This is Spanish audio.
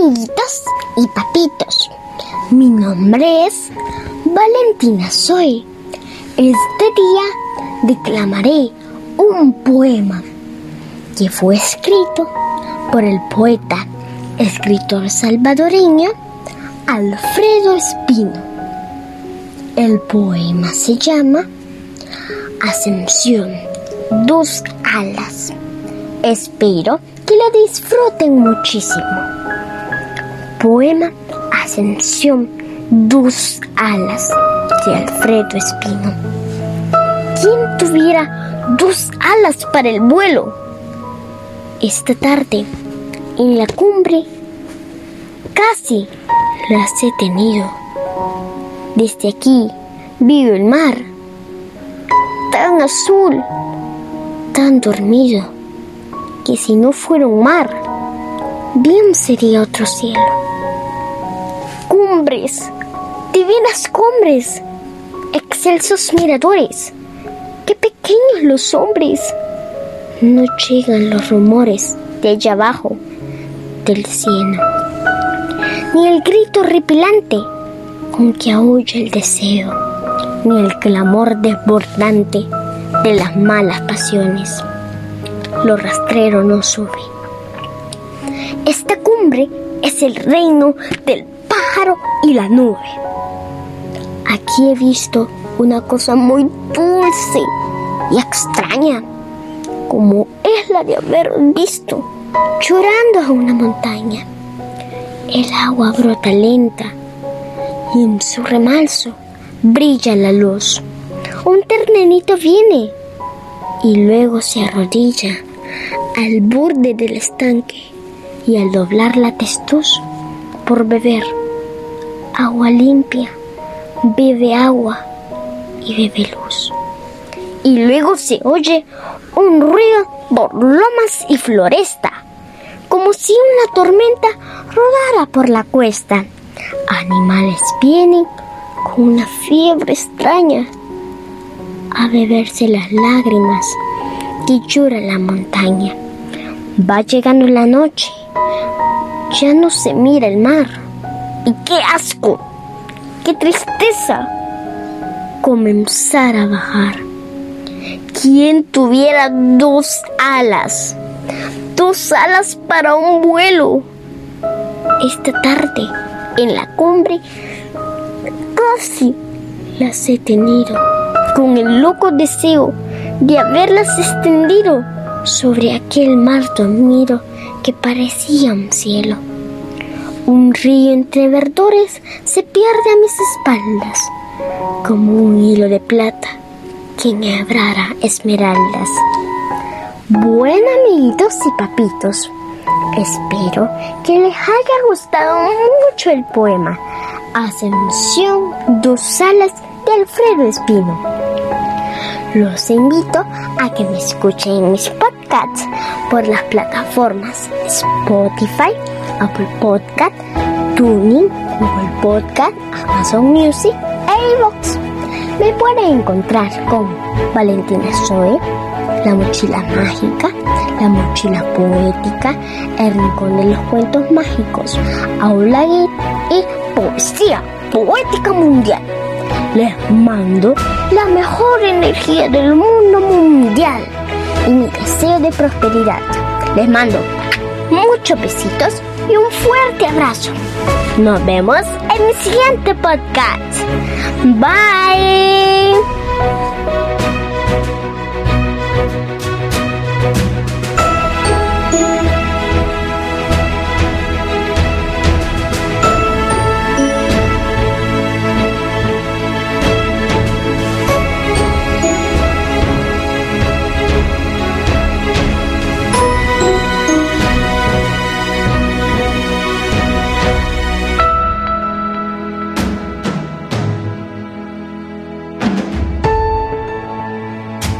amiguitos y papitos, mi nombre es Valentina Zoe. Este día declamaré un poema que fue escrito por el poeta, escritor salvadoreño Alfredo Espino. El poema se llama Ascensión, dos alas. Espero que la disfruten muchísimo. Poema Ascensión, dos alas, de Alfredo Espino. ¿Quién tuviera dos alas para el vuelo? Esta tarde, en la cumbre, casi las he tenido. Desde aquí veo el mar, tan azul, tan dormido, que si no fuera un mar, bien sería otro cielo. Cumbres, divinas cumbres, excelsos miradores, qué pequeños los hombres. No llegan los rumores de allá abajo del cielo, ni el grito horripilante con que aúlla el deseo, ni el clamor desbordante de las malas pasiones. Lo rastrero no sube. Esta cumbre es el reino del pájaro y la nube. Aquí he visto una cosa muy dulce y extraña, como es la de haber visto llorando a una montaña. El agua brota lenta y en su remanso brilla la luz. Un ternenito viene y luego se arrodilla al borde del estanque y al doblar la testuz por beber agua limpia, bebe agua y bebe luz. Y luego se oye un ruido por lomas y floresta, como si una tormenta rodara por la cuesta. Animales vienen con una fiebre extraña a beberse las lágrimas que llora la montaña. Va llegando la noche, ya no se mira el mar. ¡Y qué asco! ¡Qué tristeza! Comenzar a bajar. ¿Quién tuviera dos alas? Dos alas para un vuelo. Esta tarde, en la cumbre, casi las he tenido, con el loco deseo de haberlas extendido sobre aquel mar dormido que parecía un cielo. Un río entre verdores se pierde a mis espaldas, como un hilo de plata que enhebrara esmeraldas. Bueno, amiguitos y papitos, espero que les haya gustado mucho el poema Ascensión, dos alas, de Alfredo Espino. Los invito a que me escuchen en mis podcasts por las plataformas Spotify, Apple Podcast, TuneIn, Google Podcast, Amazon Music e iVoox. Me pueden encontrar con Valentina Zoe, La Mochila Mágica, La Mochila Poética, El Rincón de los Cuentos Mágicos, Aula Geek y Poesía Poética Mundial. Les mando la mejor energía del mundo mundial y mi deseo de prosperidad. Les mando muchos besitos y un fuerte abrazo. Nos vemos en mi siguiente podcast. Bye.